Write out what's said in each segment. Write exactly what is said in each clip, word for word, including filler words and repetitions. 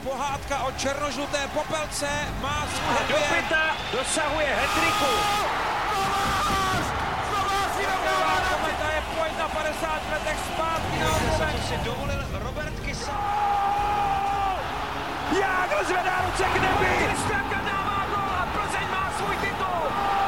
pohádka o černožluté popelce má svůj happy end. Dopita dosahuje hat-tricku. Kometa je pojď na padesáti letech zpátky na obloven. Co si dovolil Robert Kysa. Jágr zvedá ruce k nebi. Kristianka dává gól a Plzeň má svůj titul.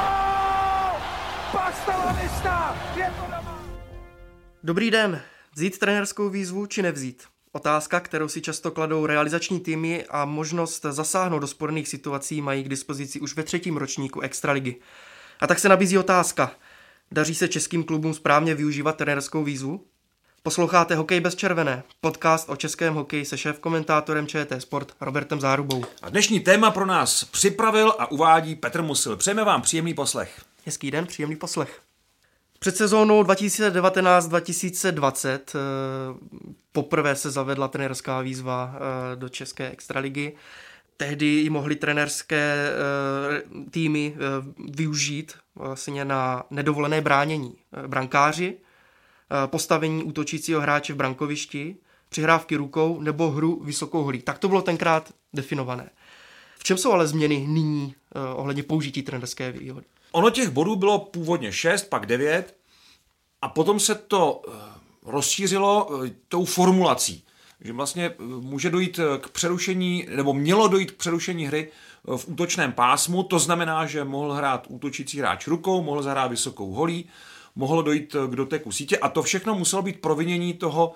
Pastalanista, je to doma. Dobrý den. Vzít trenérskou výzvu či nevzít? Otázka, kterou si často kladou realizační týmy a možnost zasáhnout do sporných situací mají k dispozici už ve třetím ročníku Extraligy. A tak se nabízí otázka. Daří se českým klubům správně využívat trenérskou výzvu? Posloucháte Hokej bez červené, podcast o českém hokeji se šéfkomentátorem ČT Sport Robertem Zárubou. A dnešní téma pro nás připravil a uvádí Petr Musil. Přejeme vám příjemný poslech. Hezký den, příjemný poslech. Před sezónou dva tisíce devatenáct dva tisíce dvacet poprvé se zavedla trenérská výzva do české extraligy. Tehdy ji mohly trenérské týmy využít vlastně na nedovolené bránění brankáři, postavení útočícího hráče v brankovišti, přihrávky rukou nebo hru vysokou holí. Tak to bylo tenkrát definované. V čem jsou ale změny nyní ohledně použití trenérské výhody? Ono těch bodů bylo původně šest, pak devět a potom se to rozšířilo tou formulací, že vlastně může dojít k přerušení, nebo mělo dojít k přerušení hry v útočném pásmu, to znamená, že mohl hrát útočící hráč rukou, mohl zahrát vysokou holí, mohlo dojít k doteku sítě a to všechno muselo být provinění toho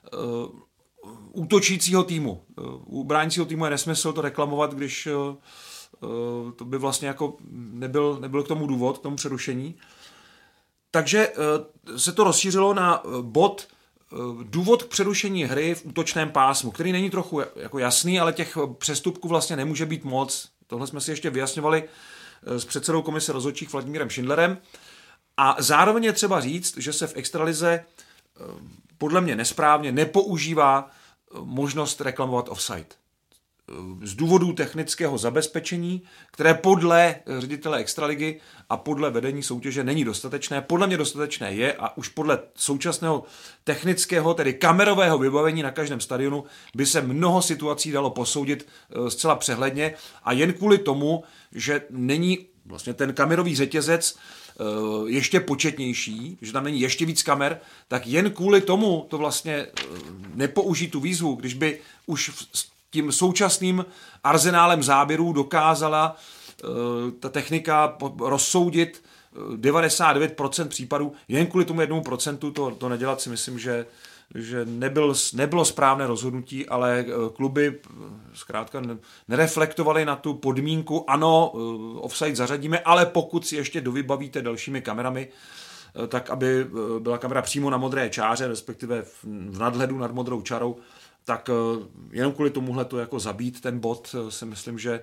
uh, útočícího týmu. U bránícího týmu je nesmysl to reklamovat, když uh, to by vlastně jako nebyl, nebyl k tomu důvod, k tomu přerušení. Takže uh, se to rozšířilo na bod uh, důvod k přerušení hry v útočném pásmu, který není trochu jako jasný, ale těch přestupků vlastně nemůže být moc. Tohle jsme si ještě vyjasňovali s předsedou komise rozhodčích Vladimírem Šindlerem. A zároveň je třeba říct, že se v extralize podle mě nesprávně nepoužívá možnost reklamovat offside. Z důvodů technického zabezpečení, které podle ředitele extraligy a podle vedení soutěže není dostatečné. Podle mě dostatečné je a už podle současného technického, tedy kamerového vybavení na každém stadionu by se mnoho situací dalo posoudit zcela přehledně a jen kvůli tomu, že není vlastně ten kamerový řetězec ještě početnější, že tam není ještě víc kamer, tak jen kvůli tomu to vlastně nepoužít tu výzvu, když by už s tím současným arzenálem záběrů dokázala ta technika rozsoudit devadesát devět procent případů, jen kvůli tomu jednomu procentu to, to nedělat si myslím, že že nebyl, nebylo správné rozhodnutí, ale kluby zkrátka nereflektovaly na tu podmínku, ano, offside zařadíme, ale pokud si ještě dovybavíte dalšími kamerami, tak aby byla kamera přímo na modré čáře, respektive v nadhledu nad modrou čarou, tak jenom kvůli tomuhle to jako zabít ten bod si myslím, že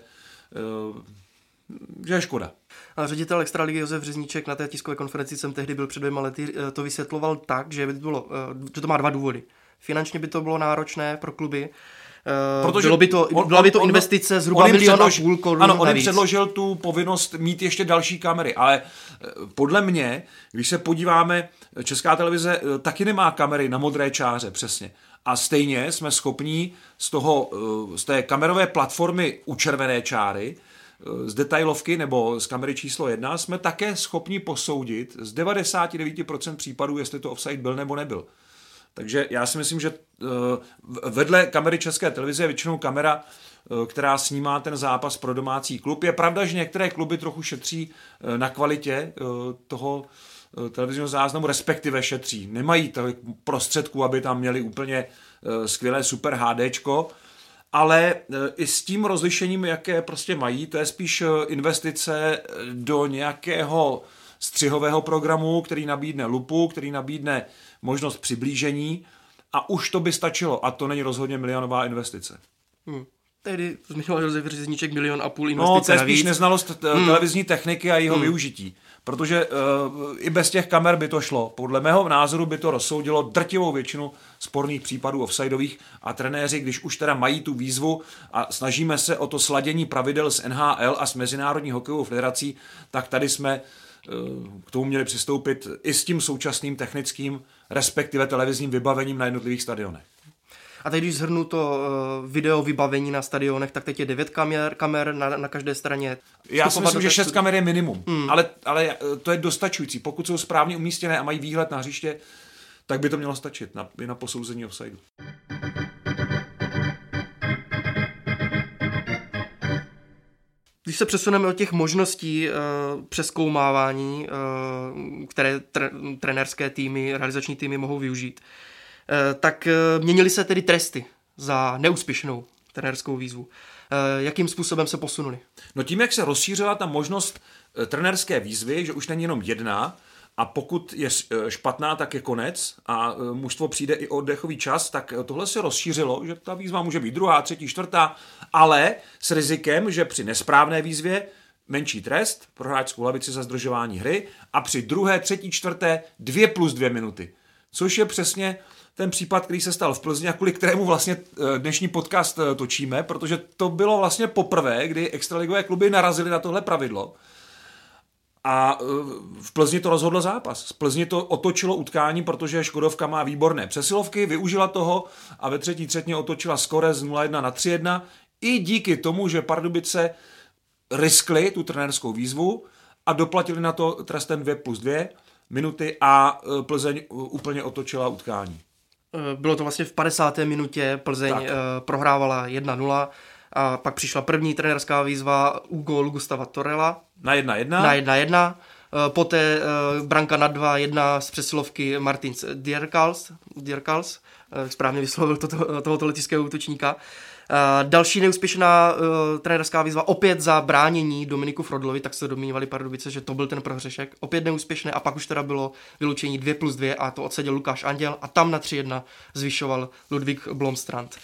že je škoda. A ředitel extraligy Josef Řezníček na té tiskové konferenci jsem tehdy byl před dvěma lety, to vysvětloval tak, že, by to, bylo, že to má dva důvody. Finančně by to bylo náročné pro kluby, protože bylo by to, on, byla by to on, investice zhruba milion a půl korun. Ano, on jim předložil tu povinnost mít ještě další kamery, ale podle mě, když se podíváme, Česká televize taky nemá kamery na modré čáře, přesně. A stejně jsme schopní z, toho, z té kamerové platformy u červené čáry z detailovky nebo z kamery číslo jedna jsme také schopni posoudit z devadesát devět procent případů, jestli to offside byl nebo nebyl. Takže já si myslím, že vedle kamery České televize je většinou kamera, která snímá ten zápas pro domácí klub. Je pravda, že některé kluby trochu šetří na kvalitě toho televizního záznamu, respektive šetří. Nemají tolik prostředků, aby tam měli úplně skvělé super HDčko, ale i s tím rozlišením, jaké prostě mají, to je spíš investice do nějakého střihového programu, který nabídne lupu, který nabídne možnost přiblížení a už to by stačilo a to není rozhodně milionová investice. Hmm. Tehdy zmiňoval Josef Řezníček milion a půl investice. No, to je spíš neznalost hmm. televizní techniky a jeho hmm. využití. Protože uh, i bez těch kamer by to šlo. Podle mého názoru by to rozsoudilo drtivou většinu sporných případů offsideových a trenéři, když už teda mají tu výzvu a snažíme se o to sladění pravidel s N H L a s Mezinárodní hokejovou federací, tak tady jsme uh, k tomu měli přistoupit i s tím současným technickým, respektive televizním vybavením na jednotlivých stadionech. A teď, když zhrnu to video vybavení na stadionech, tak teď je devět kamer, kamer na, na každé straně. Já si myslím, že šest kamer je minimum, hmm. ale, ale to je dostačující. Pokud jsou správně umístěné a mají výhled na hřiště, tak by to mělo stačit na, na posouzení offsideu. Když se přesuneme od těch možností uh, přezkoumávání, uh, které tre- trenérské týmy, realizační týmy mohou využít, uh, tak uh, měnily se tedy tresty za neúspěšnou trenérskou výzvu. Uh, jakým způsobem se posunuli? No tím, jak se rozšířila ta možnost uh, trenérské výzvy, že už není jenom jedna, a pokud je špatná, tak je konec a mužstvo přijde i o oddechový čas, tak tohle se rozšířilo, že ta výzva může být druhá, třetí, čtvrtá, ale s rizikem, že při nesprávné výzvě menší trest pro hráčskou lavici za zdržování hry a při druhé, třetí, čtvrté dvě plus dvě minuty. Což je přesně ten případ, který se stal v Plzni a kvůli kterému vlastně dnešní podcast točíme, protože to bylo vlastně poprvé, kdy extraligové kluby narazily na tohle pravidlo. A v Plzni to rozhodlo zápas. Z Plzni to otočilo utkání, protože Škodovka má výborné přesilovky, využila toho a ve třetí třetině otočila skóre z nula jedna na tři jedna i díky tomu, že Pardubice riskli tu trenérskou výzvu a doplatili na to trestem dvě plus dvě minuty a Plzeň úplně otočila utkání. Bylo to vlastně v padesáté minutě, Plzeň tak. prohrávala jedna nula. A pak přišla první trenérská výzva u gólu Gustava Torrella. Na jedna jedna. Na jedna jedna. Poté branka na dva jedna z přesilovky Martins Dierkals. Dierkals. Správně vyslovil to, tohoto letického útočníka. Další neúspěšná trenérská výzva opět za bránění Dominiku Frodlovi, tak se domnívali Pardubice, že to byl ten prohřešek. Opět neúspěšné a pak už teda bylo vyloučení dvě plus dvě a to odseděl Lukáš Anděl a tam na tři jedna zvyšoval Ludvík Blomstrand.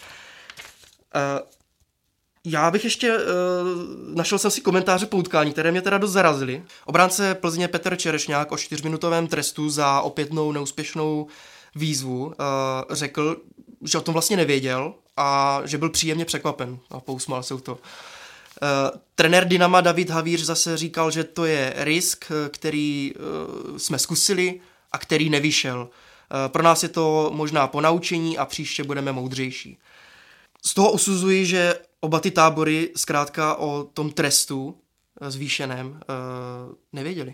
Já bych ještě, uh, našel jsem si komentáře po utkání, které mě teda dost zarazily. Obránce Plzně Petr Čerešňák o čtyřminutovém trestu za opětnou neúspěšnou výzvu uh, řekl, že o tom vlastně nevěděl a že byl příjemně překvapen a pousmál se u to. Uh, trenér Dynama David Havíř zase říkal, že to je risk, který uh, jsme zkusili a který nevyšel. Uh, pro nás je to možná ponaučení a příště budeme moudřejší. Z toho usuzuji, že oba ty tábory zkrátka o tom trestu zvýšeném uh, nevěděli.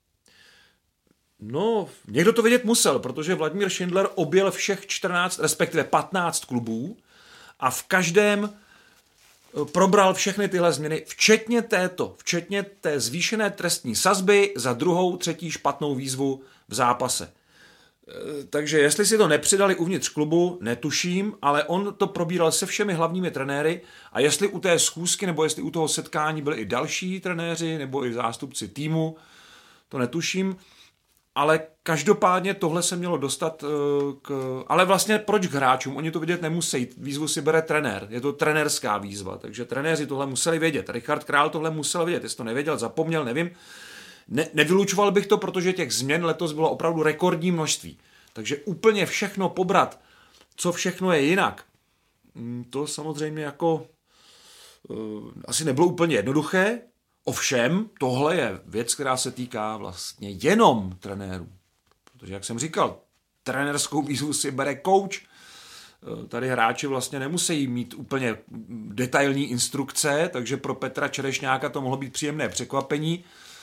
No, někdo to vědět musel, protože Vladimír Šindler objel všech čtrnáct, respektive patnáct klubů a v každém probral všechny tyhle změny, včetně této, včetně té zvýšené trestní sazby za druhou, třetí špatnou výzvu v zápase. Takže jestli si to nepřidali uvnitř klubu, netuším, ale on to probíral se všemi hlavními trenéry a jestli u té schůzky nebo jestli u toho setkání byli i další trenéři nebo i zástupci týmu, to netuším, ale každopádně tohle se mělo dostat k... Ale vlastně proč k hráčům? Oni to vidět nemusí, výzvu si bere trenér, je to trenérská výzva, takže trenéři tohle museli vědět, Richard Král tohle musel vědět, jestli to nevěděl, zapomněl, nevím. Ne, nevylučoval bych to, protože těch změn letos bylo opravdu rekordní množství. Takže úplně všechno pobrat, co všechno je jinak, to samozřejmě jako uh, asi nebylo úplně jednoduché. Ovšem, tohle je věc, která se týká vlastně jenom trenérů. Protože, jak jsem říkal, trenérskou výzvu si bere coach. Tady hráči vlastně nemusí mít úplně detailní instrukce, takže pro Petra Čerešňáka to mohlo být příjemné překvapení.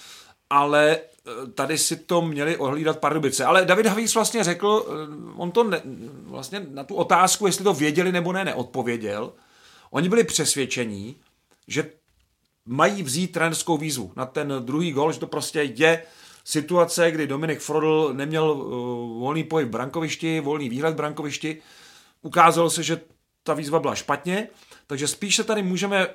Ale tady si to měli ohlídat Pardubice. Ale David Havíř vlastně řekl, on to ne, vlastně na tu otázku, jestli to věděli nebo ne, neodpověděl. Oni byli přesvědčení, že mají vzít trenérskou výzvu na ten druhý gól, že to prostě je situace, kdy Dominik Frodl neměl uh, volný pohyb v brankovišti, volný výhled v brankovišti. Ukázalo se, že ta výzva byla špatně, takže spíš se tady můžeme uh,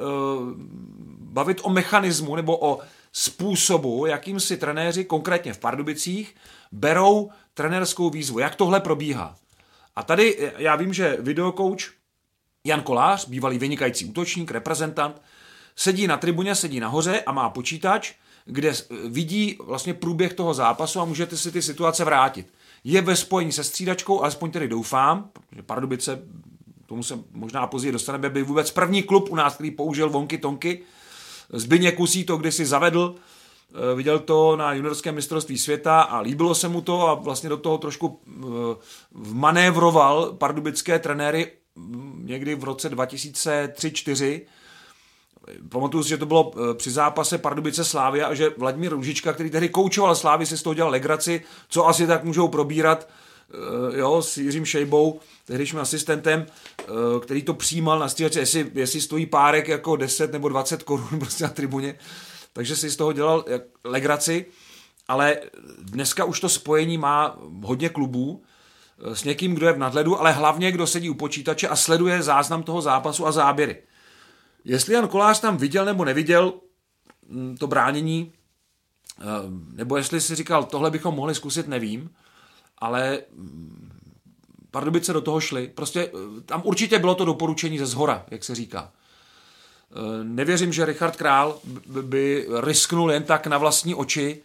bavit o mechanismu nebo o způsobu, jakým si trenéři, konkrétně v Pardubicích, berou trenérskou výzvu. Jak tohle probíhá. A tady já vím, že videokouč Jan Kolář, bývalý vynikající útočník, reprezentant, sedí na tribuně, sedí nahoře a má počítač, kde vidí vlastně průběh toho zápasu a můžete si ty situace vrátit. Je ve spojení se střídačkou, alespoň tedy doufám, že Pardubice, tomu se možná později dostaneme, by vůbec první klub u nás, který použil vonky tonky. Zbyněk Kusí to kdysi zavedl, viděl to na juniorském mistrovství světa a líbilo se mu to a vlastně do toho trošku vmanévroval pardubické trenéry někdy v roce dva tisíce tři čtyři. Pamatuju si, že to bylo při zápase Pardubice Slavia a že Vladimír Růžička, který tehdy koučoval Slávy, si z toho dělal legraci, co asi tak můžou probírat, jo, s Jiřím Šejbou, tehdejším asistentem, který to přijímal na střídačce, jestli, jestli stojí párek jako deset nebo dvacet korun prostě na tribuně, takže si z toho dělal legraci, ale dneska už to spojení má hodně klubů s někým, kdo je v nadhledu, ale hlavně kdo sedí u počítače a sleduje záznam toho zápasu a záběry. Jestli Jan Kolář tam viděl nebo neviděl to bránění, nebo jestli si říkal, tohle bychom mohli zkusit, nevím, ale Pardubice do toho šly. Prostě tam určitě bylo to doporučení ze zhora, jak se říká. Nevěřím, že Richard Král by risknul jen tak na vlastní oči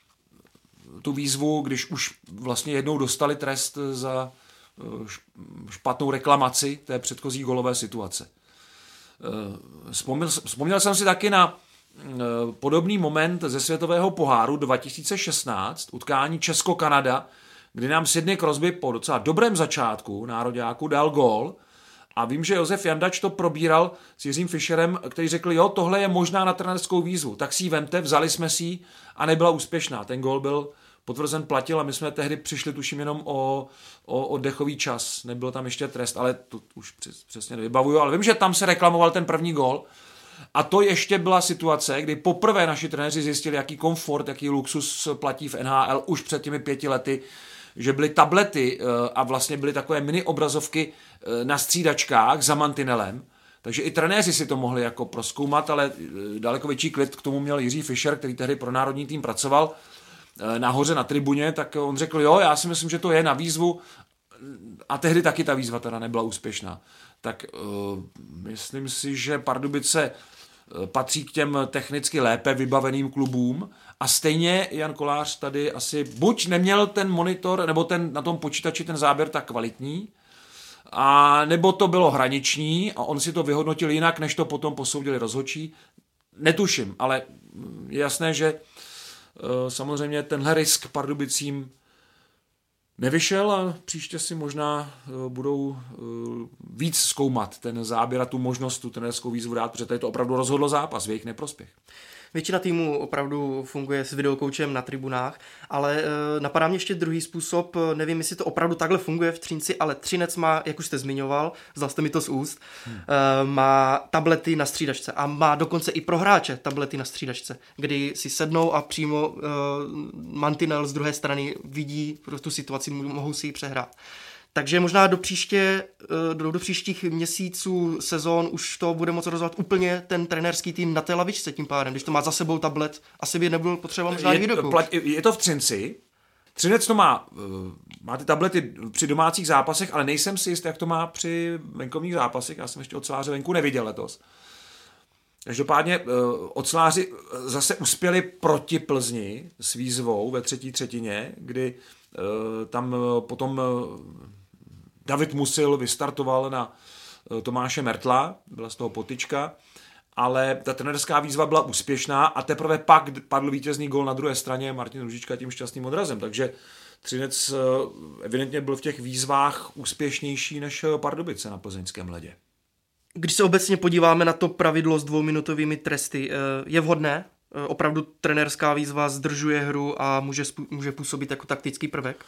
tu výzvu, když už vlastně jednou dostali trest za špatnou reklamaci té předchozí golové situace. Vzpomněl, vzpomněl jsem si taky na podobný moment ze světového poháru dva tisíce šestnáct, utkání Česko-Kanada, kdy nám Sidney Crosby po docela dobrém začátku nároďáku dal gól a vím, že Josef Jandač to probíral s Jiřím Fischerem, který řekl, jo, tohle je možná na trenérskou výzvu, tak si ji vemte, vzali jsme si ji a nebyla úspěšná. Ten gól byl potvrzen, platil a my jsme tehdy přišli tuším jenom o, o oddechový čas. Nebyl tam ještě trest, ale to už přes, přesně nevybavuju, ale vím, že tam se reklamoval ten první gól. A to ještě byla situace, kdy poprvé naši trenéři zjistili, jaký komfort, jaký luxus platí v N H L už před těmi pěti lety, že byly tablety a vlastně byly takové mini obrazovky na střídačkách za mantinelem. Takže i trenéři si to mohli jako prozkoumat, ale daleko větší klid k tomu měl Jiří Fischer, který tehdy pro národní tým pracoval nahoře na tribuně, tak on řekl, jo, já si myslím, že to je na výzvu a tehdy taky ta výzva teda nebyla úspěšná. Tak uh, myslím si, že Pardubice patří k těm technicky lépe vybaveným klubům a stejně Jan Kolář tady asi buď neměl ten monitor, nebo ten na tom počítači ten záběr tak kvalitní, a nebo to bylo hraniční a on si to vyhodnotil jinak, než to potom posoudili rozhodčí. Netuším, ale je jasné, že samozřejmě tenhle risk Pardubicím nevyšel a příště si možná budou víc zkoumat ten záběr a tu možnost tu trenérskou výzvu dát, protože tady to opravdu rozhodlo zápas v jejich neprospěch. Většina týmů opravdu funguje s videokoučem na tribunách, ale e, napadá mě ještě druhý způsob, nevím, jestli to opravdu takhle funguje v Třinci, ale Třinec má, jak už jste zmiňoval, vzal jste mi to z úst, hmm. e, má tablety na střídačce a má dokonce i pro hráče tablety na střídačce, kdy si sednou a přímo e, mantinel z druhé strany vidí pro tu situaci, mohou si ji přehrát. Takže možná do příště, do, do příštích měsíců, sezon už to bude moct rozhodovat úplně ten trenérský tým na té lavičce tím pádem. Když to má za sebou tablet, asi by nebyl potřeba možná videokouč. Je to v Třinci. Třinec to má, má ty tablety při domácích zápasech, ale nejsem si jist, jak to má při venkovních zápasech. Já jsem ještě oceláře venku neviděl letos. Každopádně oceláři zase uspěli proti Plzni s výzvou ve třetí třetině, kdy tam potom David Musil vystartoval na Tomáše Mertla, byla z toho potyčka, ale ta trenérská výzva byla úspěšná a teprve pak padl vítězný gól na druhé straně Martin Růžička tím šťastným odrazem, takže Třinec evidentně byl v těch výzvách úspěšnější než Pardubice na plzeňském ledě. Když se obecně podíváme na to pravidlo s dvouminutovými tresty, je vhodné? Opravdu trenérská výzva zdržuje hru a může, může působit jako taktický prvek?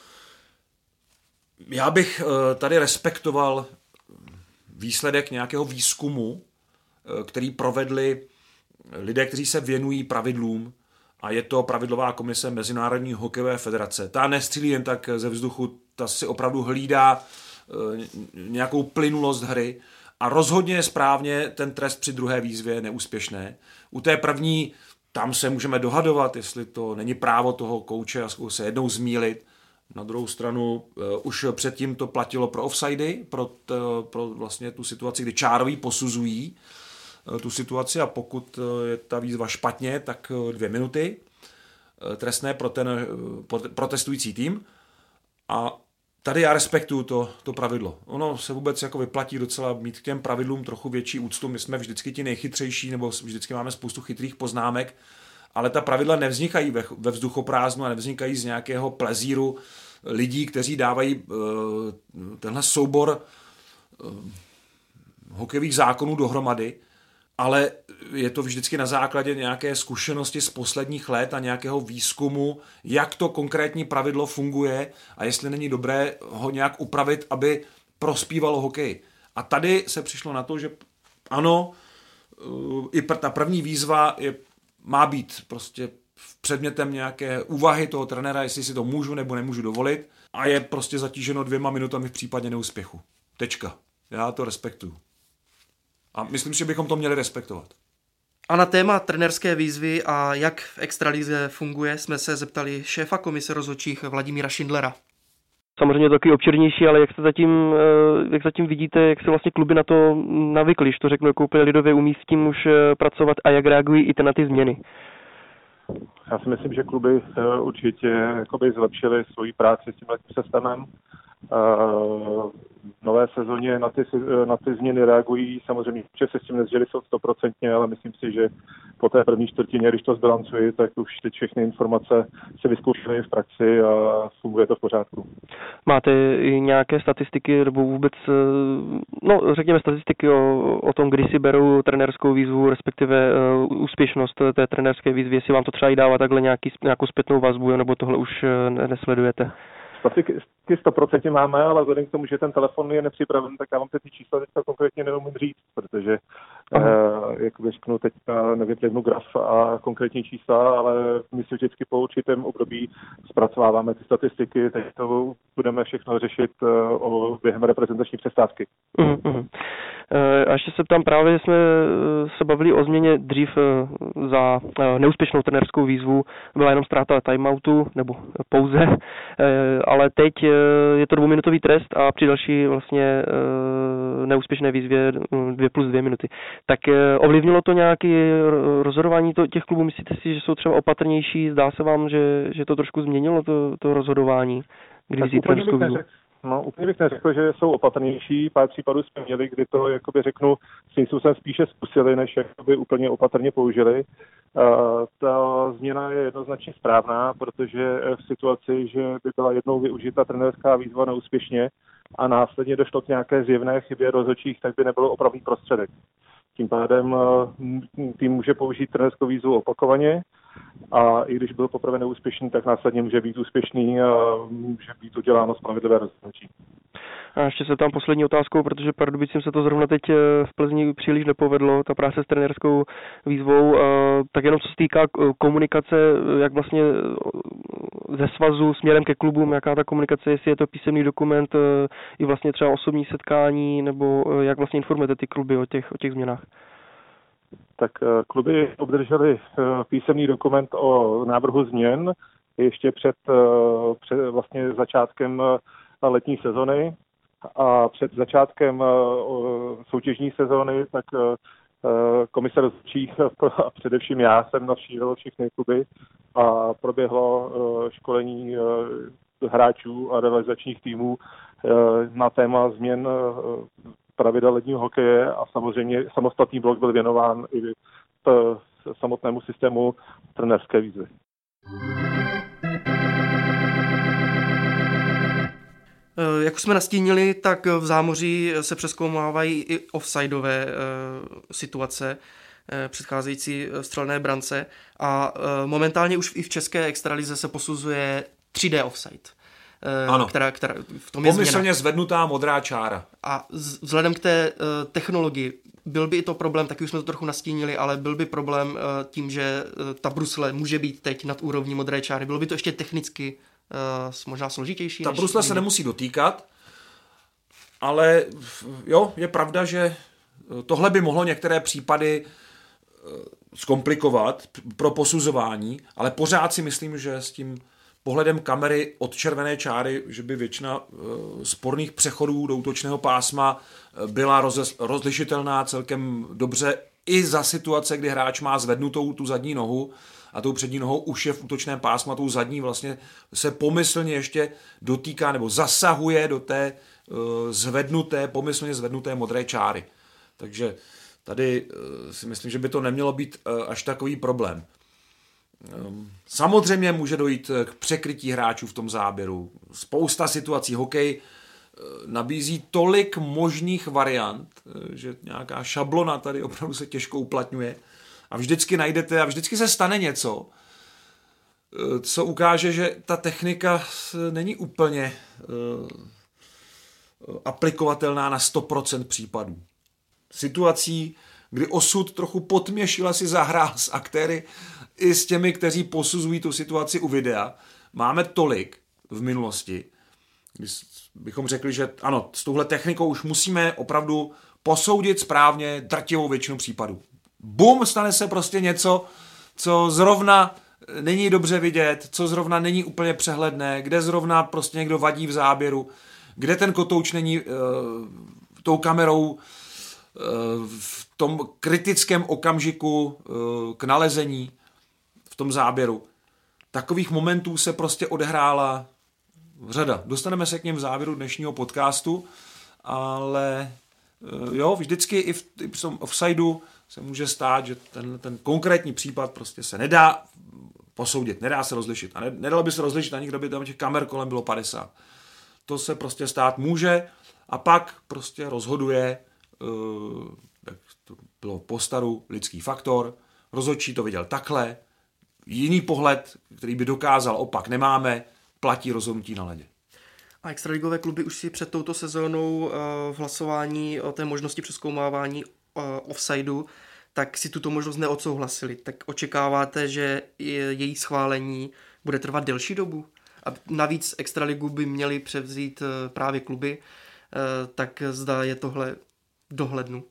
Já bych tady respektoval výsledek nějakého výzkumu, který provedli lidé, kteří se věnují pravidlům, a je to pravidlová komise Mezinárodní hokejové federace. Ta nestřílí jen tak ze vzduchu, ta si opravdu hlídá nějakou plynulost hry a rozhodně je správně ten trest při druhé výzvě neúspěšné. U té první tam se můžeme dohadovat, jestli to není právo toho kouče a se jednou zmýlit. Na druhou stranu uh, už předtím to platilo pro offsidy, pro, t, pro vlastně tu situaci, kdy čároví posuzují uh, tu situaci a pokud uh, je ta výzva špatně, tak uh, dvě minuty uh, trestné pro ten uh, protestující tým. A tady já respektuju to, to pravidlo. Ono se vůbec jako vyplatí docela mít k těm pravidlům trochu větší úctu. My jsme vždycky ti nejchytřejší, nebo vždycky máme spoustu chytrých poznámek, ale ta pravidla nevznikají ve, ve vzduchoprázdnu a nevznikají z nějakého plezíru lidí, kteří dávají uh, tenhle soubor hokejových zákonů dohromady, ale je to vždycky na základě nějaké zkušenosti z posledních let a nějakého výzkumu, jak to konkrétní pravidlo funguje a jestli není dobré ho nějak upravit, aby prospívalo hokej. A tady se přišlo na to, že ano, i ta první výzva je, má být prostě předmětem nějaké úvahy toho trenéra, jestli si to můžu nebo nemůžu dovolit, a je prostě zatíženo dvěma minutami v případě neúspěchu. Tečka. Já to respektuju. A myslím, že bychom to měli respektovat. A na téma trenérské výzvy a jak v extralize funguje, jsme se zeptali šéfa komise rozhodčích Vladimíra Šindlera. Samozřejmě to taky obširnější, ale jak se zatím, jak zatím vidíte, jak se vlastně kluby na to navykly, když to řeknu jako úplně lidově, umí s tím už pracovat a jak reagují i na ty změny? Já si myslím, že kluby určitě jakoby zlepšily svoji práci s tímhle systémem. V nové sezóně na ty, na ty změny reagují. Samozřejmě, že se s tím nezžili jsou stoprocentně, ale myslím si, že po té první čtvrtině, když to zbilancuji, tak už teď všechny informace se vyzkoušely v praxi a funguje to v pořádku. Máte i nějaké statistiky, nebo vůbec, no řekněme statistiky o, o tom, kdy si berou trenérskou výzvu, respektive uh, úspěšnost té trenérské výzvy, jestli vám to třeba i dává takhle nějaký, nějakou zpětnou vazbu, nebo tohle už nesledujete? Statistiky sto procent máme, ale vzhledem k tomu, že ten telefon je nepřipraven, tak já vám ty čísla teďka konkrétně neumím říct, protože, eh, jak řeknu, teďka nevyplivnu graf a konkrétní čísla, ale my si vždycky po určitém období zpracováváme ty statistiky, teď to budeme všechno řešit eh, o, během reprezentační přestávky. Mm-hmm. A ještě se ptám, právě jsme se bavili o změně dřív za neúspěšnou trenérskou výzvu, byla jenom ztráta timeoutu, nebo pouze, ale teď je to dvouminutový trest a při další vlastně neúspěšné výzvě dvě plus dvě minuty. Tak ovlivnilo to nějaké rozhodování těch klubů? Myslíte si, že jsou třeba opatrnější? Zdá se vám, že, že to trošku změnilo to, to rozhodování, když vzít trenérskou výzvu? No, úplně bych neřekl, že jsou opatrnější. Pár případů jsme měli, kdy to, jakoby řeknu, svým způsobem spíše zkusili, než jakoby úplně opatrně použili. Uh, ta změna je jednoznačně správná, protože v situaci, že by byla jednou využita trenérská výzva neúspěšně a následně došlo k nějaké zjevné chybě rozhodčích, tak by nebylo opravný prostředek. Tím pádem tým může použít trenérskou výzvu opakovaně a i když byl poprvé neúspěšný, tak následně může být úspěšný a může být uděláno spravedlivé rozhodnutí. A ještě se tam poslední otázkou, protože Pardubicím se to zrovna teď v Plzni příliš nepovedlo, ta práce s trenérskou výzvou, tak jenom co se týká komunikace, jak vlastně ze svazu směrem ke klubům, jaká ta komunikace, jestli je to písemný dokument, i vlastně třeba osobní setkání, nebo jak vlastně informujete ty kluby o těch, o těch změnách? Tak kluby obdrželi písemný dokument o návrhu změn ještě před, před vlastně začátkem letní sezony a před začátkem soutěžní sezony, tak komise rozhodčích a především já jsem navštívil všechny kluby a proběhlo školení hráčů a realizačních týmů na téma změn pravidel ledního hokeje a samozřejmě samostatný blok byl věnován i samotnému systému trenérské výzvy. Jak už jsme nastínili, tak v zámoří se přezkoumávají i offsideové situace předcházející střelné brance a momentálně už i v české extralize se posuzuje tři dé offside. Ano, která, která v tom je pomyslně zvednutá modrá čára. A vzhledem k té uh, technologii, byl by i to problém, taky už jsme to trochu nastínili, ale byl by problém uh, tím, že uh, ta brusle může být teď nad úrovní modré čáry. Bylo by to ještě technicky uh, možná složitější? Ta brusle se nemusí dotýkat, ale jo, je pravda, že tohle by mohlo některé případy zkomplikovat pro posuzování, ale pořád si myslím, že s tím pohledem kamery od červené čáry, že by většina sporných přechodů do útočného pásma byla roz, rozlišitelná celkem dobře i za situace, kdy hráč má zvednutou tu zadní nohu a tou přední nohou už je v útočném pásmu a tou zadní vlastně se pomyslně ještě dotýká nebo zasahuje do té uh, zvednuté, pomyslně zvednuté modré čáry. Takže tady uh, si myslím, že by to nemělo být uh, až takový problém. Samozřejmě může dojít k překrytí hráčů v tom záběru. Spousta situací. Hokej nabízí tolik možných variant, že nějaká šablona tady opravdu se těžko uplatňuje a vždycky najdete a vždycky se stane něco, co ukáže, že ta technika není úplně aplikovatelná na sto procent případů. Situací, kdy osud trochu potměšil, si zahrál s aktéry i s těmi, kteří posuzují tu situaci u videa, máme tolik v minulosti, když bychom řekli, že ano, s touhle technikou už musíme opravdu posoudit správně drtivou většinu případů. Bum, stane se prostě něco, co zrovna není dobře vidět, co zrovna není úplně přehledné, kde zrovna prostě někdo vadí v záběru, kde ten kotouč není uh, tou kamerou uh, v tom kritickém okamžiku uh, k nalezení v tom záběru. Takových momentů se prostě odehrála řada. Dostaneme se k něm v závěru dnešního podcastu, ale uh, jo, vždycky i v, i v tom offsideu se může stát, že ten, ten konkrétní případ prostě se nedá posoudit, nedá se rozlišit. A nedalo by se rozlišit ani, kdyby tam těch kamer kolem bylo padesát. To se prostě stát může a pak prostě rozhoduje, uh, jak to bylo po staru, lidský faktor, rozhodčí to viděl takhle, jiný pohled, který by dokázal opak, nemáme, platí rozhodnutí na ledě. A extraligové kluby už si před touto sezónou uh, v hlasování o té možnosti přezkoumávání uh, offsideu, tak si tuto možnost neodsouhlasili. Tak očekáváte, že její schválení bude trvat delší dobu? A navíc extraligu by měli převzít uh, právě kluby, uh, tak zda je tohle dohlednu.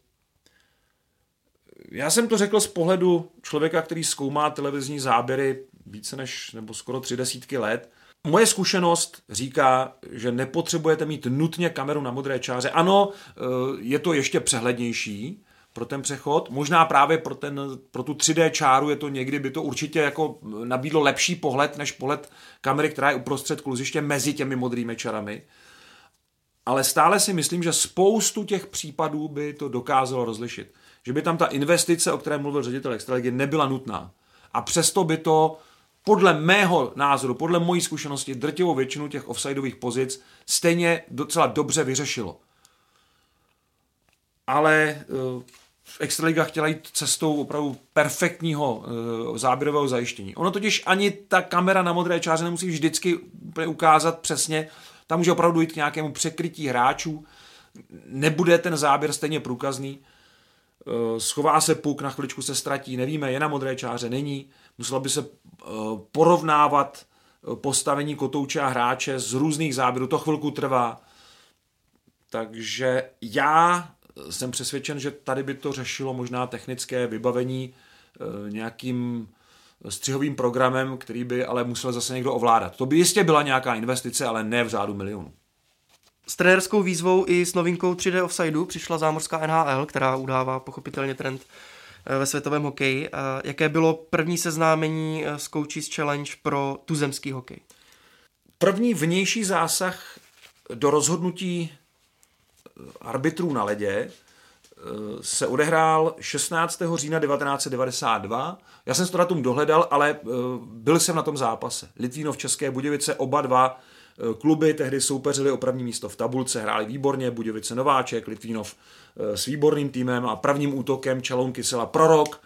Já jsem to řekl z pohledu člověka, který zkoumá televizní záběry více než nebo skoro tři desítky let. Moje zkušenost říká, že nepotřebujete mít nutně kameru na modré čáře. Ano, je to ještě přehlednější pro ten přechod. Možná právě pro, ten, pro tu tři dé čáru je to někdy, by to určitě jako nabídlo lepší pohled, než pohled kamery, která je uprostřed kluziště mezi těmi modrými čarami. Ale stále si myslím, že spoustu těch případů by to dokázalo rozlišit. Že by tam ta investice, o které mluvil ředitel extraligy, nebyla nutná. A přesto by to podle mého názoru, podle mojí zkušenosti, drtivou většinu těch offsideových pozic stejně docela dobře vyřešilo. Ale uh, extraliga chtěla jít cestou opravdu perfektního uh, záběrového zajištění. Ono totiž ani ta kamera na modré čáře nemusí vždycky úplně ukázat přesně. Tam může opravdu jít k nějakému překrytí hráčů. Nebude ten záběr stejně průkazný. Uh, schová se puk, na chviličku se ztratí, nevíme, je na modré čáře, není. Muselo by se uh, porovnávat postavení kotouče a hráče z různých záběrů. To chvilku trvá. Takže já jsem přesvědčen, že tady by to řešilo možná technické vybavení uh, nějakým střihovým programem, který by ale musel zase někdo ovládat. To by jistě byla nějaká investice, ale ne v řádu milionů. S trenérskou výzvou i s novinkou tři dé offsideu přišla zámořská N H L, která udává pochopitelně trend ve světovém hokeji. Jaké bylo první seznámení s Coaches Challenge pro tuzemský hokej? První vnější zásah do rozhodnutí arbitrů na ledě se odehrál šestnáctého října devatenáct set devadesát dva. Já jsem si to datum dohledal, ale byl jsem na tom zápase. Litvínov, České Budějovice, oba dva kluby tehdy soupeřili o první místo v tabulce, hráli výborně, Budějovice Nováček, Litvínov s výborným týmem a prvním útokem Čaloun Kysela Prorok.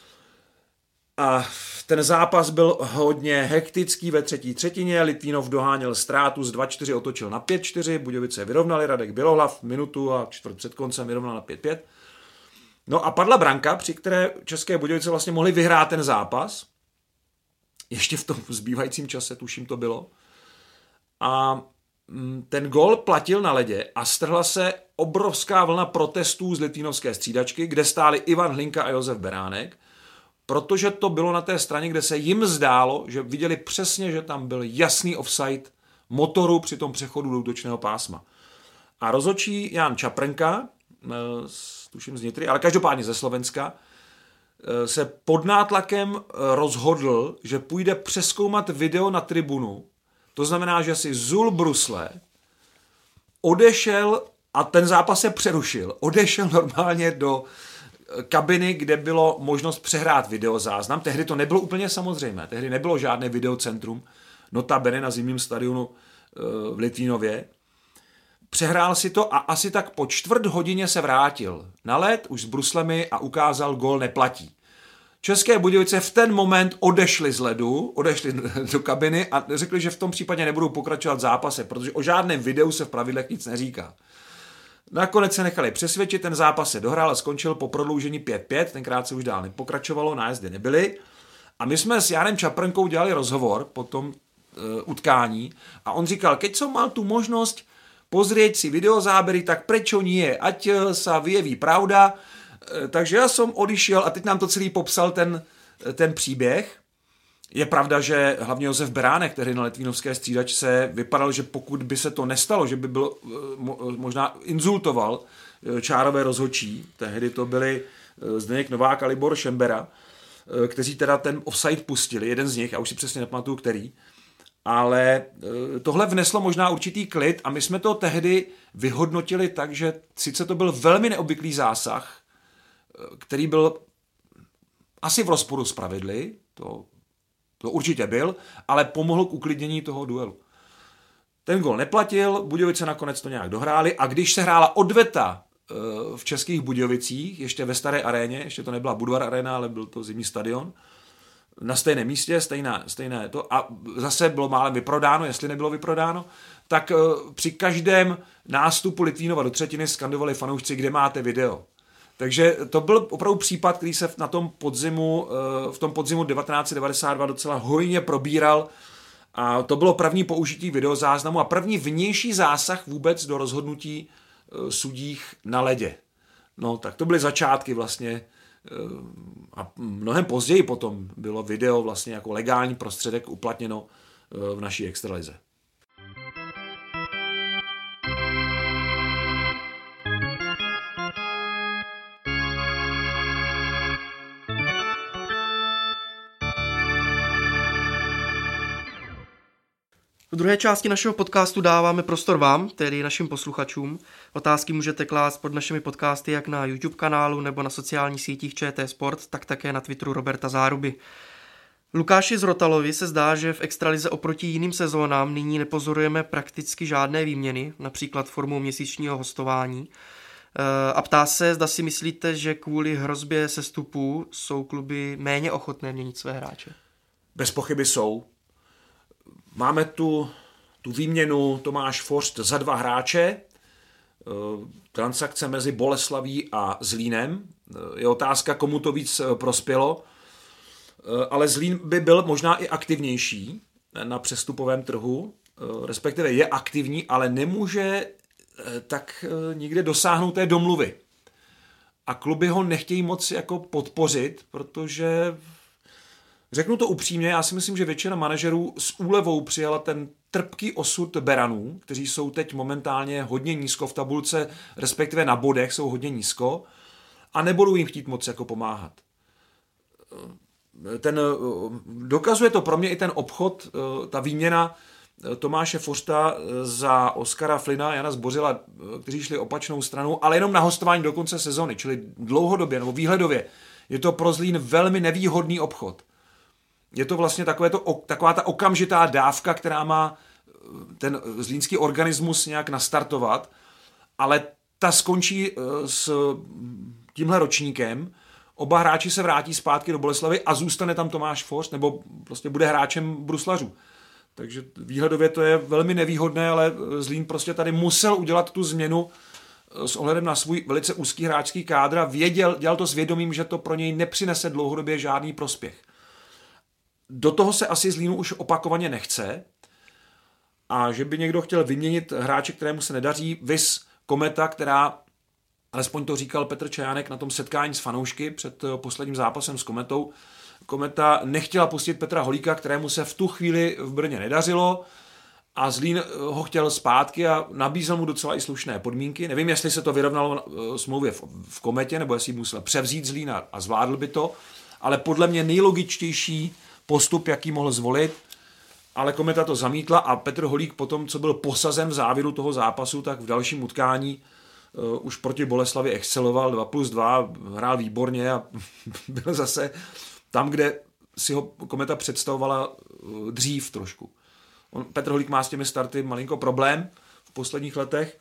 A ten zápas byl hodně hektický ve třetí třetině, Litvínov doháněl ztrátu, z dva čtyři otočil na pět čtyři, Budějovice vyrovnali, Radek Bělohlav minutu a čtvrt před koncem vyrovnal na pět pět. No a padla branka, při které České Budějovice vlastně mohly vyhrát ten zápas. Ještě v tom zbývajícím čase, tuším to bylo. A ten gól platil na ledě a strhla se obrovská vlna protestů z litvínovské střídačky, kde stáli Ivan Hlinka a Josef Beránek, protože to bylo na té straně, kde se jim zdálo, že viděli přesně, že tam byl jasný offside motoru při tom přechodu do útočného pásma. A rozhodčí Jan Čaprnka, tuším z Nitry, ale každopádně ze Slovenska, se pod nátlakem rozhodl, že půjde přezkoumat video na tribunu. To znamená, že si zul brusle, odešel a ten zápas se přerušil. Odešel normálně do kabiny, kde bylo možnost přehrát videozáznam. Tehdy to nebylo úplně samozřejmé. Tehdy nebylo žádné videocentrum, notabene na zimním stadionu v Litvínově. přehrál si to a asi tak po čtvrt hodině se vrátil na led už s bruslemi a ukázal gól neplatí. České Budějovice v ten moment odešli z ledu, odešli do kabiny a řekli, že v tom případě nebudou pokračovat v zápase, protože o žádném videu se v pravidlech nic neříká. Nakonec se nechali přesvědčit, ten zápas se dohrál a skončil po prodloužení pět pět, tenkrát se už dál nepokračovalo, nájezdy nebyly. A my jsme s Janem Čaprnkou dělali rozhovor po tom uh, utkání a on říkal, keď som mal tu možnosť pozrieť si videozábery, tak prečo nie, ať sa vyjeví pravda. Uh, takže já jsem odišel a teď nám to celý popsal ten, ten příběh. Je pravda, že hlavně Josef Beránek, který na Litvínovské střídačce vypadal, že pokud by se to nestalo, že by byl možná insultoval čárové rozhodčí, tehdy to byli Zdeněk Novák a Libor Šembera, kteří teda ten offside pustili, jeden z nich, já už si přesně nepamatuju, který, ale tohle vneslo možná určitý klid a my jsme to tehdy vyhodnotili tak, že sice to byl velmi neobvyklý zásah, který byl asi v rozporu s pravidly, to To určitě byl, ale pomohl k uklidnění toho duelu. Ten gol neplatil, Budějovice nakonec to nějak dohráli a když se hrála odveta v Českých Budějovicích, ještě ve staré aréně, ještě to nebyla Budvar arena, ale byl to zimní stadion, na stejném místě, stejné, stejné to a zase bylo málem vyprodáno, jestli nebylo vyprodáno, tak při každém nástupu Litvínova do třetiny skandovali fanoušci, kde máte video. Takže to byl opravdu případ, který se na tom podzimu, v tom podzimu devatenáct set devadesát dva docela hojně probíral a to bylo první použití videozáznamu a první vnější zásah vůbec do rozhodnutí sudích na ledě. No, tak to byly začátky vlastně a mnohem později potom bylo video vlastně jako legální prostředek uplatněno v naší extralize. V druhé části našeho podcastu dáváme prostor vám, tedy našim posluchačům. Otázky můžete klást pod našimi podcasty jak na YouTube kanálu nebo na sociálních sítích ČT Sport, tak také na Twitteru Roberta Záruby. Lukáši Zrotalovi se zdá, že v extralize oproti jiným sezónám nyní nepozorujeme prakticky žádné výměny, například formou měsíčního hostování. A ptá se, zda si myslíte, že kvůli hrozbě sestupů jsou kluby méně ochotné měnit své hráče? Bez pochyby jsou. Máme tu, tu výměnu Tomáš Forst za dva hráče, transakce mezi Boleslaví a Zlínem. Je otázka, komu to víc prospělo, ale Zlín by byl možná i aktivnější na přestupovém trhu, respektive je aktivní, ale nemůže tak nikde dosáhnout té domluvy. A kluby ho nechtějí moc jako podpořit, protože řeknu to upřímně, já si myslím, že většina manažerů s úlevou přijala ten trpký osud Beranů, kteří jsou teď momentálně hodně nízko v tabulce, respektive na bodech jsou hodně nízko a nebudou jim chtít moc jako pomáhat. Ten, dokazuje to pro mě i ten obchod, ta výměna Tomáše Forsta za Oskara Flina, Jana Zbořila, kteří šli opačnou stranou, ale jenom na hostování do konce sezony, čili dlouhodobě nebo výhledově. Je to pro Zlín velmi nevýhodný obchod. Je to vlastně takové to, taková ta okamžitá dávka, která má ten zlínský organismus nějak nastartovat, ale ta skončí s tímhle ročníkem. Oba hráči se vrátí zpátky do Boleslavy a zůstane tam Tomáš Forst, nebo prostě bude hráčem bruslařů. Takže výhledově to je velmi nevýhodné, ale Zlín prostě tady musel udělat tu změnu s ohledem na svůj velice úzký hráčský kádr a věděl, dělal to s vědomím, že to pro něj nepřinese dlouhodobě žádný prospěch. Do toho se asi Zlínu už opakovaně nechce a že by někdo chtěl vyměnit hráče, kterému se nedaří, vis Kometa, která, alespoň to říkal Petr Čajánek na tom setkání s fanoušky před posledním zápasem s Kometou, Kometa nechtěla pustit Petra Holíka, kterému se v tu chvíli v Brně nedařilo a Zlín ho chtěl zpátky a nabízel mu docela i slušné podmínky. Nevím, jestli se to vyrovnalo smlouvě v Kometě, nebo jestli musel převzít Zlín a zvládl by to, ale podle mě nejlogičtější postup, jaký mohl zvolit, ale Kometa to zamítla a Petr Holík potom, co byl posazen v závěru toho zápasu, tak v dalším utkání uh, už proti Boleslavi exceloval, dva plus dva, hrál výborně a byl zase tam, kde si ho Kometa představovala uh, dřív trošku. On, Petr Holík má s těmi starty malinko problém v posledních letech,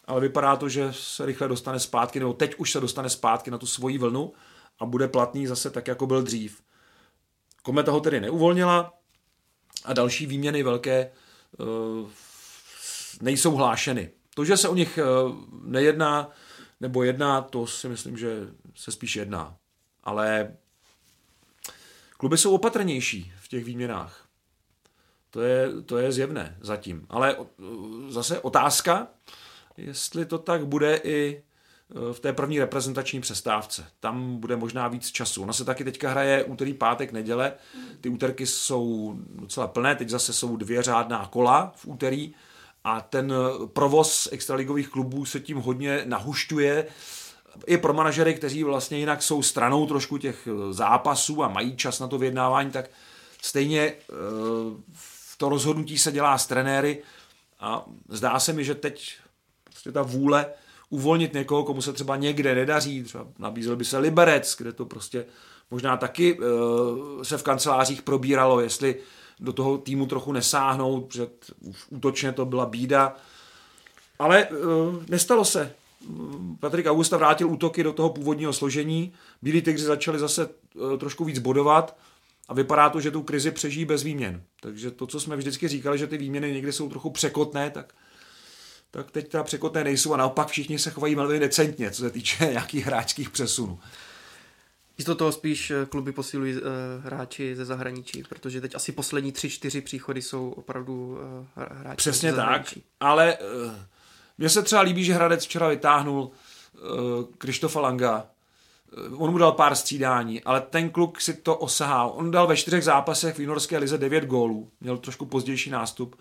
ale vypadá to, že se rychle dostane zpátky, nebo teď už se dostane zpátky na tu svoji vlnu a bude platný zase tak, jako byl dřív. Kometa ho tedy neuvolnila a další výměny velké uh, nejsou hlášeny. To, že se o nich uh, nejedná nebo jedná, to si myslím, že se spíš jedná. Ale kluby jsou opatrnější v těch výměnách. To je, to je zjevné zatím. Ale uh, zase otázka, jestli to tak bude i v té první reprezentační přestávce. Tam bude možná víc času. Ona se taky teďka hraje úterý, pátek, neděle. Ty úterky jsou docela plné, teď zase jsou dvě řádná kola v úterý a ten provoz extraligových klubů se tím hodně nahušťuje. I pro manažery, kteří vlastně jinak jsou stranou trošku těch zápasů a mají čas na to vyjednávání, tak stejně v to rozhodnutí se dělá s trenéry a zdá se mi, že teď prostě ta vůle uvolnit někoho, komu se třeba někde nedaří, třeba nabízel by se Liberec, kde to prostě možná taky uh, se v kancelářích probíralo, jestli do toho týmu trochu nesáhnout, protože útočně to byla bída. Ale uh, nestalo se. Patrik Augusta vrátil útoky do toho původního složení, Bílí tygři začali zase uh, trošku víc bodovat a vypadá to, že tu krizi přežijí bez výměn. Takže to, co jsme vždycky říkali, že ty výměny někdy jsou trochu překotné, tak tak teď teda překotné nejsou a naopak všichni se chovají velmi decentně, co se týče nějakých hráčských přesunů. Místo toho spíš kluby posilují uh, hráči ze zahraničí, protože teď asi poslední tři, čtyři příchody jsou opravdu uh, hráči Přesně ze zahraničí. tak, ale uh, mně se třeba líbí, že Hradec včera vytáhnul uh, Krištofa Langa. Uh, on mu dal pár střídání, ale ten kluk si to osahal. On dal ve čtyřech zápasech v juniorské lize devět gólů, měl trošku pozdější nástup,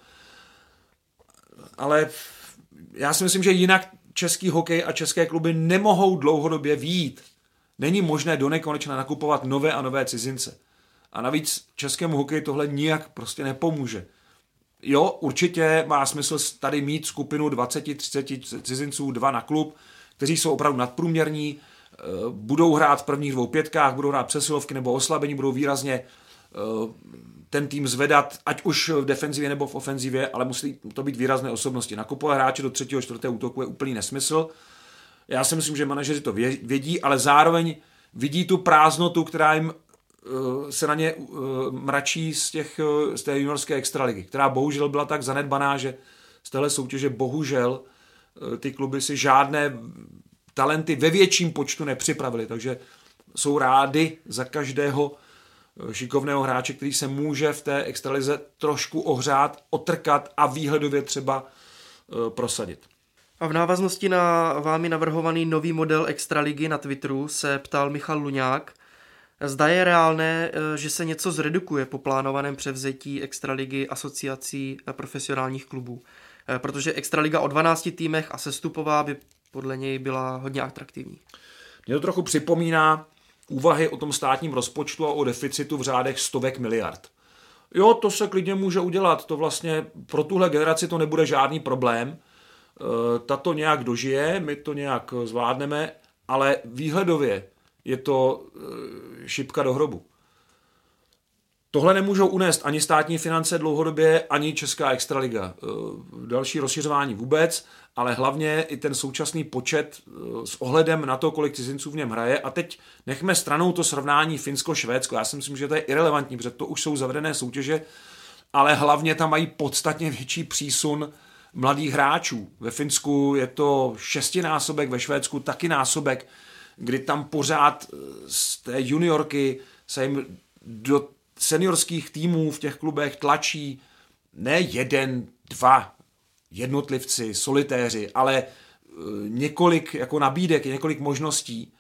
ale já si myslím, že jinak český hokej a české kluby nemohou dlouhodobě vyjít. Není možné do nekonečna nakupovat nové a nové cizince. A navíc českému hokeji tohle nijak prostě nepomůže. Jo, určitě má smysl tady mít skupinu dvacet třicet cizinců, dva na klub, kteří jsou opravdu nadprůměrní, budou hrát v prvních dvou pětkách, budou hrát přesilovky nebo oslabení, budou výrazně ten tým zvedat, ať už v defenzivě nebo v ofenzivě, ale musí to být výrazné osobnosti. Nakupovat hráče do třetího, čtvrtého útoku je úplný nesmysl. Já si myslím, že manažeři to vědí, ale zároveň vidí tu prázdnotu, která jim uh, se na ně uh, mračí z, těch, uh, z té juniorské extraligy, která bohužel byla tak zanedbaná, že z téhle soutěže bohužel uh, ty kluby si žádné talenty ve větším počtu nepřipravili, takže jsou rádi za každého šikovného hráče, který se může v té extralize trošku ohřát, otrkat a výhledově třeba uh, prosadit. A v návaznosti na vámi navrhovaný nový model extraligy na Twitteru se ptal Michal Luňák, zda je reálné, že se něco zredukuje po plánovaném převzetí extraligy asociací profesionálních klubů, protože extraliga o dvanácti týmech a sestupová by podle něj byla hodně atraktivní. Mě to trochu připomíná úvahy o tom státním rozpočtu a o deficitu v řádech stovek miliard. Jo, to se klidně může udělat, to vlastně pro tuhle generaci to nebude žádný problém, tato nějak dožije, my to nějak zvládneme, ale výhledově je to šipka do hrobu. Tohle nemůžou unést ani státní finance dlouhodobě, ani česká extraliga. Další rozšiřování vůbec, ale hlavně i ten současný počet s ohledem na to, kolik cizinců v něm hraje. A teď nechme stranou to srovnání Finsko-Švédsko. Já si myslím, že to je irelevantní, protože to už jsou zavedené soutěže, ale hlavně tam mají podstatně větší přísun mladých hráčů. Ve Finsku je to šestinásobek, ve Švédsku taky násobek, kdy tam pořád z té juniorky se jim do seniorských týmů v těch klubech tlačí ne jeden, dva jednotlivci, solitéři, ale několik jako nabídek, několik možností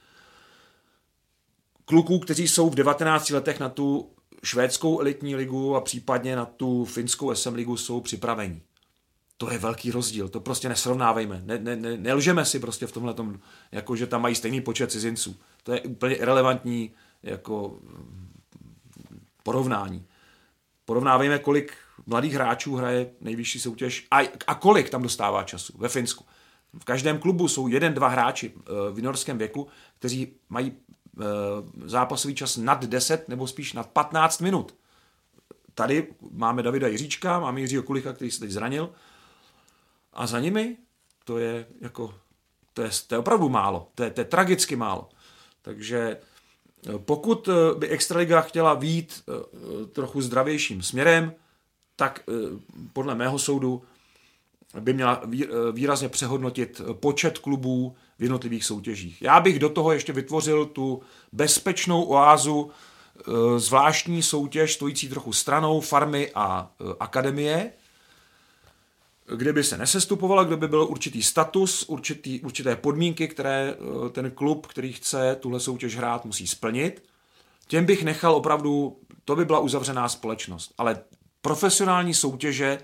kluků, kteří jsou v devatenácti letech na tu švédskou elitní ligu a případně na tu finskou S M ligu jsou připraveni. To je velký rozdíl, to prostě nesrovnávejme. Ne, ne, ne, nelžeme si prostě v tomhletom, jako že tam mají stejný počet cizinců. To je úplně irelevantní jako porovnání. Porovnávejme, kolik mladých hráčů hraje nejvyšší soutěž a, a kolik tam dostává času ve Finsku. V každém klubu jsou jeden, dva hráči v juniorském věku, kteří mají zápasový čas nad deset nebo spíš nad patnáct minut. Tady máme Davida Jiříčka, máme Jiřího Kulicha, který se teď zranil, a za nimi to je jako, to je, to je opravdu málo, to je, to je tragicky málo. Takže pokud by Extraliga chtěla vyjít trochu zdravějším směrem, tak podle mého soudu by měla výrazně přehodnotit počet klubů v jednotlivých soutěžích. Já bych do toho ještě vytvořil tu bezpečnou oázu, zvláštní soutěž stojící trochu stranou farmy a akademie, kde by se nesestupovalo, kde by byl určitý status, určitý, určité podmínky, které ten klub, který chce tuhle soutěž hrát, musí splnit. Těm bych nechal opravdu, to by byla uzavřená společnost. Ale profesionální soutěže,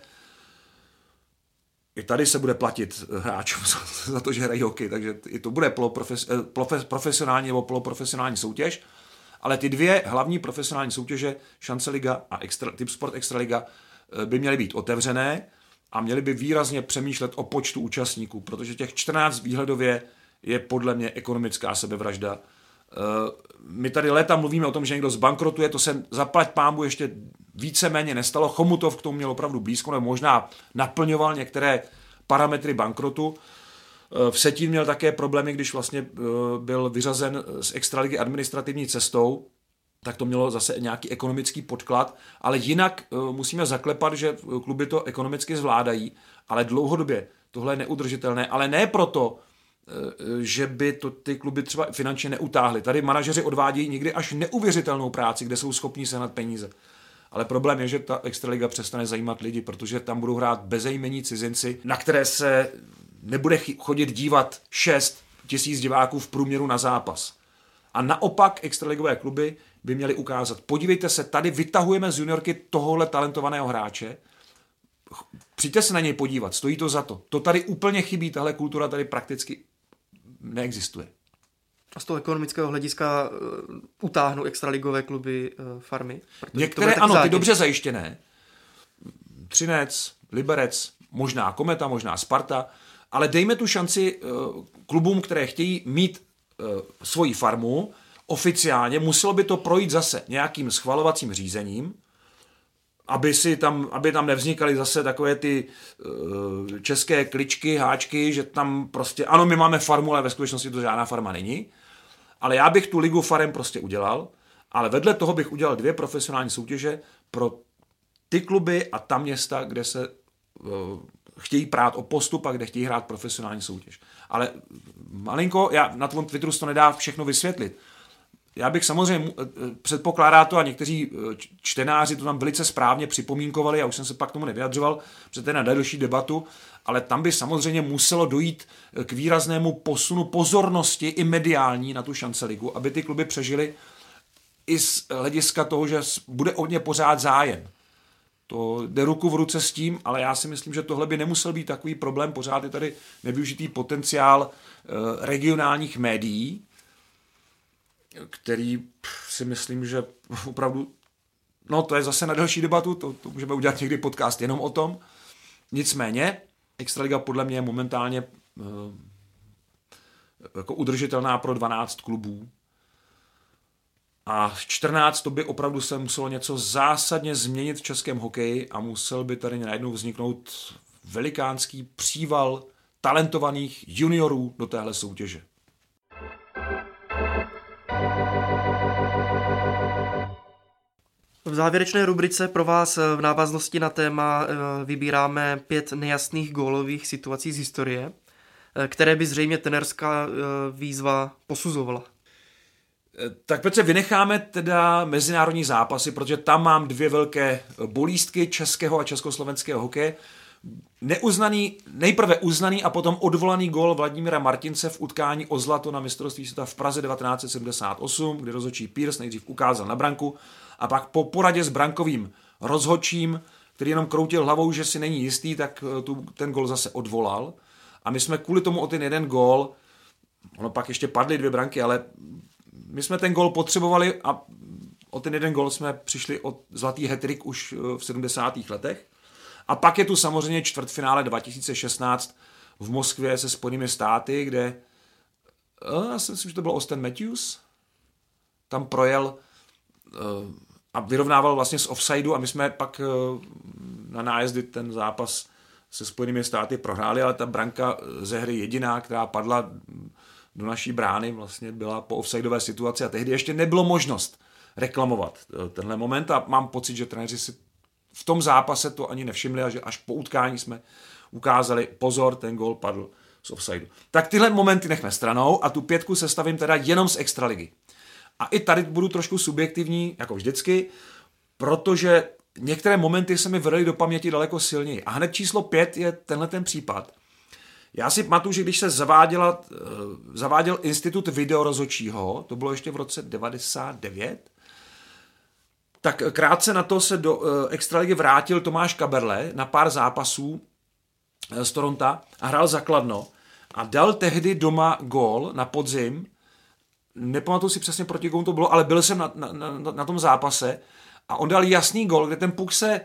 i tady se bude platit hráčům za to, že hrají hokej, takže i to bude poloprofes, profesionální nebo poloprofesionální soutěž, ale ty dvě hlavní profesionální soutěže, Šance liga a Extra, Tipsport Extraliga, by měly být otevřené a měli by výrazně přemýšlet o počtu účastníků, protože těch čtrnáct výhledově je podle mě ekonomická sebevražda. My tady léta mluvíme o tom, že někdo zbankrotuje, to se zaplať pánbu ještě víceméně nestalo. Chomutov k tomu měl opravdu blízko, nebo možná naplňoval některé parametry bankrotu. Vsetín měl také problémy, když vlastně byl vyřazen z extraligy administrativní cestou, tak to mělo zase nějaký ekonomický podklad, ale jinak musíme zaklepat, že kluby to ekonomicky zvládají, ale dlouhodobě tohle je neudržitelné, ale ne proto, že by to ty kluby třeba finančně neutáhly. Tady manažeři odvádějí někdy až neuvěřitelnou práci, kde jsou schopni sehnat peníze. Ale problém je, že ta extraliga přestane zajímat lidi, protože tam budou hrát bezejmenní cizinci, na které se nebude chodit dívat šest tisíc diváků v průměru na zápas. A naopak extraligové kluby by měly ukázat, podívejte se, tady vytahujeme z juniorky tohohle talentovaného hráče, přijďte se na něj podívat, stojí to za to. To tady úplně chybí, tahle kultura tady prakticky neexistuje. A z toho ekonomického hlediska uh, utáhnou extraligové kluby uh, farmy? Některé ano, zátěž. Ty dobře zajištěné. Třinec, Liberec, možná Kometa, možná Sparta, ale dejme tu šanci uh, klubům, které chtějí mít uh, svoji farmu, oficiálně, muselo by to projít zase nějakým schvalovacím řízením, aby, si tam, aby tam nevznikaly zase takové ty uh, české kličky, háčky, že tam prostě, ano, my máme farmu, ale ve skutečnosti to žádná farma není. Ale já bych tu ligu farem prostě udělal, ale vedle toho bych udělal dvě profesionální soutěže pro ty kluby a ta města, kde se uh, chtějí prát o postup a kde chtějí hrát profesionální soutěž. Ale malinko, já na tvém Twitteru to nedá všechno vysvětlit. Já bych samozřejmě, předpokládá to a někteří čtenáři to tam velice správně připomínkovali, já už jsem se pak tomu nevyjadřoval, protože to je na delší debatu, ale tam by samozřejmě muselo dojít k výraznému posunu pozornosti i mediální na tu Šance ligu, aby ty kluby přežily i z hlediska toho, že bude o ně pořád zájem. To jde ruku v ruce s tím, ale já si myslím, že tohle by nemusel být takový problém, pořád je tady nevyužitý potenciál regionálních médií, který si myslím, že opravdu, no to je zase na další debatu, to, to můžeme udělat někdy podcast jenom o tom. Nicméně, extraliga podle mě je momentálně e, jako udržitelná pro dvanáct klubů a čtrnáct to by opravdu se muselo něco zásadně změnit v českém hokeji a musel by tady najednou vzniknout velikánský příval talentovaných juniorů do téhle soutěže. V závěrečné rubrice pro vás v návaznosti na téma vybíráme pět nejasných gólových situací z historie, které by zřejmě trenérská výzva posuzovala. Tak Petře, vynecháme teda mezinárodní zápasy, protože tam mám dvě velké bolístky českého a československého hokeje. Neuznaný, nejprve uznaný a potom odvolaný gól Vladimíra Martince v utkání o zlato na mistrovství světa v Praze devatenáct set sedmdesát osm, kdy rozhodčí Pierce nejdřív ukázal na branku a pak po poradě s brankovým rozhodčím, který jenom kroutil hlavou, že si není jistý, tak tu, ten gól zase odvolal. A my jsme kvůli tomu o ten jeden gól, ono pak ještě padly dvě branky, ale my jsme ten gól potřebovali a o ten jeden gól jsme přišli o zlatý hat-trick už v sedmdesátých letech. A pak je tu samozřejmě čtvrtfinále dva tisíce šestnáct v Moskvě se Spojenými státy, kde já si myslím, že to byl Austin Matthews, tam projel a vyrovnával vlastně z offsideu a my jsme pak na nájezdy ten zápas se Spojenými státy prohráli, ale ta branka ze hry jediná, která padla do naší brány, vlastně byla po offsideové situaci a tehdy ještě nebylo možnost reklamovat tenhle moment a mám pocit, že trenéři si v tom zápase to ani nevšimli a že až po utkání jsme ukázali, pozor, ten gól padl z offsideu. Tak tyhle momenty nechme stranou a tu pětku sestavím teda jenom z extraligy. A i tady budu trošku subjektivní, jako vždycky, protože některé momenty se mi vrly do paměti daleko silněji. A hned číslo pět je tenhle ten případ. Já si pamatuju, že když se zaváděla, zaváděl institut videorozhodčího, to bylo ještě v roce devadesát devět, tak krátce na to se do extraligy vrátil Tomáš Kaberle na pár zápasů z Toronto a hrál za Kladno a dal tehdy doma gól na podzim. Nepamatuju si přesně proti komu to bylo, ale byl jsem na, na, na, na tom zápase a on dal jasný gól, kde ten puk se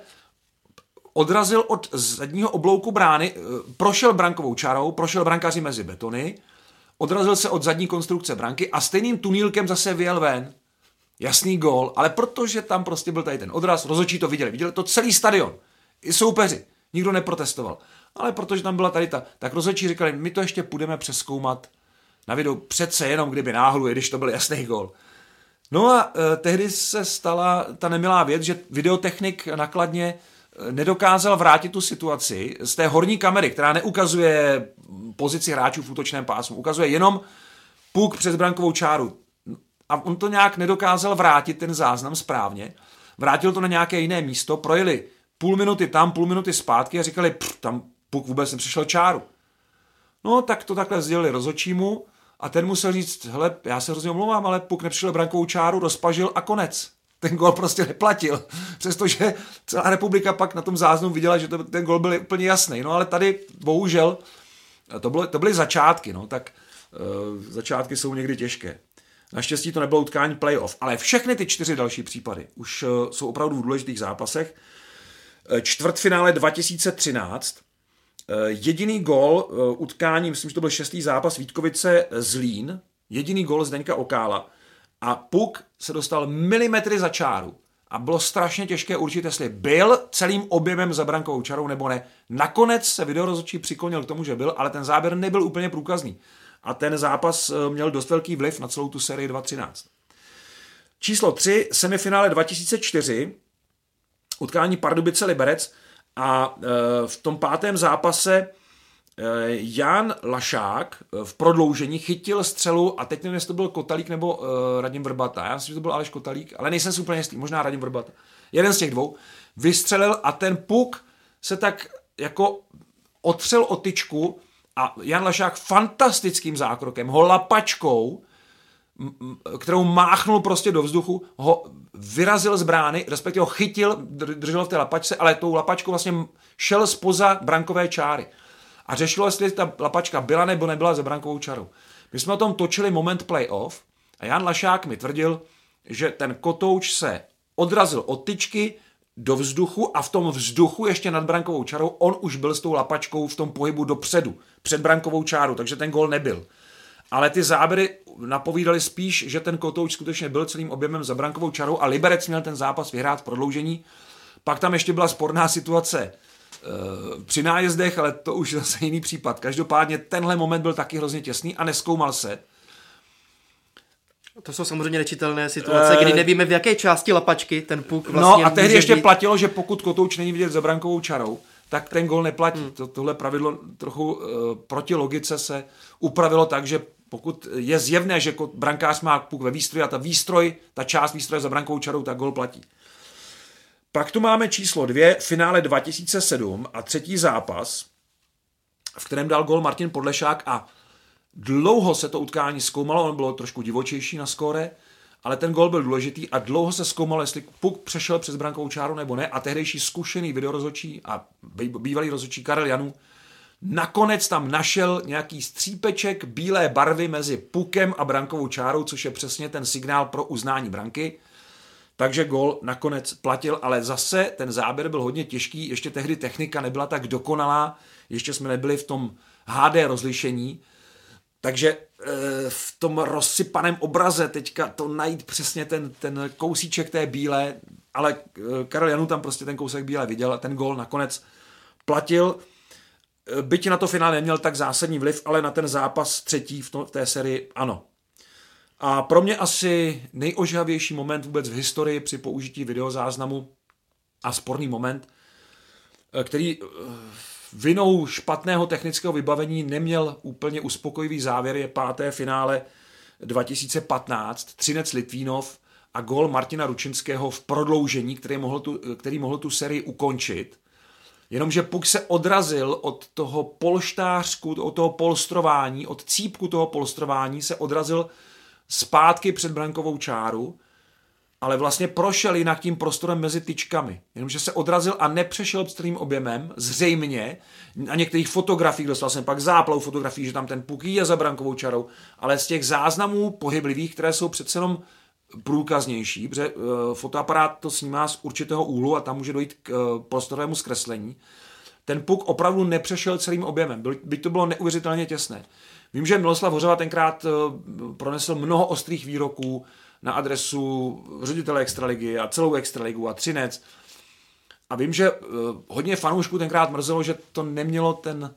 odrazil od zadního oblouku brány, prošel brankovou čarou, prošel brankáři mezi betony, odrazil se od zadní konstrukce branky a stejným tunílkem zase vyjel ven. Jasný gól, ale protože tam prostě byl tady ten odraz, rozhodčí to viděli, viděli to celý stadion, i soupeři, nikdo neprotestoval. Ale protože tam byla tady ta, tak rozhodčí říkali, my to ještě půjdeme přezkoumat na videu, přece jenom kdyby náhodou, i když to byl jasný gól. No a e, tehdy se stala ta nemilá věc, že videotechnik nakladně nedokázal vrátit tu situaci z té horní kamery, která neukazuje pozici hráčů v útočném pásmu, ukazuje jenom puk přes brankovou čáru. A on to nějak nedokázal vrátit, ten záznam správně. Vrátil to na nějaké jiné místo, projeli půl minuty tam, půl minuty zpátky a říkali, tam puk vůbec nepřišel čáru. No tak to takhle sdělili rozhodčímu a ten musel říct, hele, já se hrozně omlouvám, ale puk nepřišel brankovou čáru, rozpažil a konec. Ten gól prostě neplatil, přestože celá republika pak na tom záznamu viděla, že to, ten gól byl úplně jasný. No ale tady bohužel to, bylo, to byly začátky, no tak uh, začátky jsou někdy těžké. Naštěstí to nebylo utkání playoff, ale všechny ty čtyři další případy už uh, jsou opravdu v důležitých zápasech. Čtvrtfinále dva tisíce třináct, uh, jediný gól uh, utkání, myslím, že to byl šestý zápas Vítkovice Zlín, jediný gól Zdeňka Okála a puk se dostal milimetry za čáru a bylo strašně těžké určit, jestli byl celým objemem za brankovou čarou nebo ne. Nakonec se videorozhodčí přiklonil k tomu, že byl, ale ten záběr nebyl úplně průkazný. A ten zápas měl dost velký vliv na celou tu sérii dva třináct. Číslo tři, semifinále dva tisíce čtyři, utkání Pardubice Liberec a v tom pátém zápase Jan Lašák v prodloužení chytil střelu a teď nevím, jestli to byl Kotalík nebo Radim Vrbata. Já myslím, že to byl Aleš Kotalík, ale nejsem si úplně jistý, možná Radim Vrbata. Jeden z těch dvou vystřelil a ten puk se tak jako otřel o tyčku a Jan Lašák fantastickým zákrokem, ho lapačkou, kterou máchnul prostě do vzduchu, ho vyrazil z brány, respektive ho chytil, držel v té lapačce, ale tou lapačkou vlastně šel spoza brankové čáry. A řešilo, jestli ta lapačka byla nebo nebyla za brankovou čarou. My jsme o tom točili moment playoff a Jan Lašák mi tvrdil, že ten kotouč se odrazil od tyčky do vzduchu a v tom vzduchu ještě nad brankovou čarou on už byl s tou lapačkou v tom pohybu dopředu, před brankovou čárou, takže ten gól nebyl. Ale ty záběry napovídaly spíš, že ten kotouč skutečně byl celým objemem za brankovou čarou a Liberec měl ten zápas vyhrát v prodloužení. Pak tam ještě byla sporná situace e, při nájezdech, ale to už zase jiný případ. Každopádně tenhle moment byl taky hrozně těsný a nezkoumal se. To jsou samozřejmě nečitelné situace, kdy nevíme, v jaké části lapačky ten puk vlastně No a tehdy ještě být. platilo, že pokud kotouč není vidět za brankovou čarou, tak ten gól neplatí. Hmm. To, tohle pravidlo trochu uh, proti logice se upravilo tak, že pokud je zjevné, že brankář má puk ve výstroji a ta výstroj, ta část výstroje za brankovou čarou, tak gól platí. Pak tu máme číslo dvě, finále dva tisíce sedm a třetí zápas, v kterém dal gól Martin Podlešák a dlouho se to utkání zkoumalo, on bylo trošku divočejší na skóre, ale ten gól byl důležitý a dlouho se zkoumalo, jestli puk přešel přes brankovou čáru nebo ne a tehdejší zkušený videorozhodčí a bývalý rozhodčí Karel Janů nakonec tam našel nějaký střípeček bílé barvy mezi pukem a brankovou čárou, což je přesně ten signál pro uznání branky. Takže gól nakonec platil, ale zase ten záběr byl hodně těžký, ještě tehdy technika nebyla tak dokonalá, ještě jsme nebyli v tom H D rozlišení, takže v tom rozsypaném obraze teďka to najít přesně ten, ten kousíček té bílé, ale Karel Janů tam prostě ten kousek bílé viděl a ten gól nakonec platil. byť na to finále neměl tak zásadní vliv, ale na ten zápas třetí v, to, v té sérii ano. A pro mě asi nejožhavější moment vůbec v historii při použití videozáznamu a sporný moment, který vinou špatného technického vybavení neměl úplně uspokojivý závěr, je páté finále dva tisíce patnáct, Třinec Litvínov a gól Martina Ručinského v prodloužení, který mohl tu, který mohl tu sérii ukončit. Jenomže puk se odrazil od toho polštářku, od toho polstrování, od cípku toho polstrování se odrazil zpátky před brankovou čáru, ale vlastně prošel jinak tím prostorem mezi tyčkami. Jenomže se odrazil a nepřešel celým objemem, zřejmě, na některých fotografiích, dostal jsem pak záplavu fotografií, že tam ten puk je za brankovou čarou, ale z těch záznamů pohyblivých, které jsou přece jenom průkaznější, protože uh, fotoaparát to snímá z určitého úhlu a tam může dojít k uh, prostorovému zkreslení. Ten puk opravdu nepřešel celým objemem, by to bylo neuvěřitelně těsné. Vím, že Miloslav Hořava tenkrát uh, pronesl mnoho ostrých výroků na adresu ředitele extraligy a celou extraligu a Třinec. A vím, že uh, hodně fanoušků tenkrát mrzelo, že to nemělo ten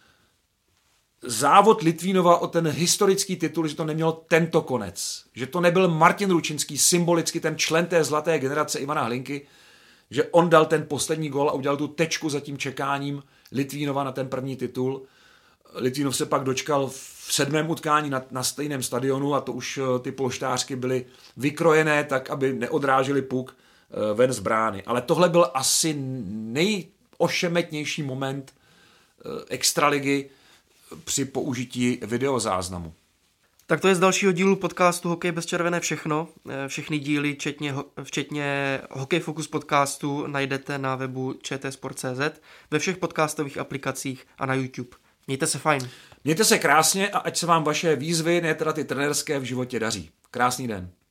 závod Litvínova o ten historický titul, že to nemělo tento konec. Že to nebyl Martin Ručinský, symbolicky ten člen té zlaté generace Ivana Hlinky, že on dal ten poslední gól a udělal tu tečku za tím čekáním Litvínova na ten první titul. Litvínov se pak dočkal v sedmém utkání na, na stejném stadionu a to už ty polštářky byly vykrojené tak, aby neodrážely puk ven z brány. Ale tohle byl asi nejošemetnější moment extraligy při použití videozáznamu. Tak to je z dalšího dílu podcastu Hokej bez červené všechno. Všechny díly, včetně, včetně Hokej Focus podcastu, najdete na webu č t sport tečka c z, ve všech podcastových aplikacích a na YouTube. Mějte se fajn. Mějte se krásně a ať se vám vaše výzvy, ne teda ty trenérské, v životě daří. Krásný den.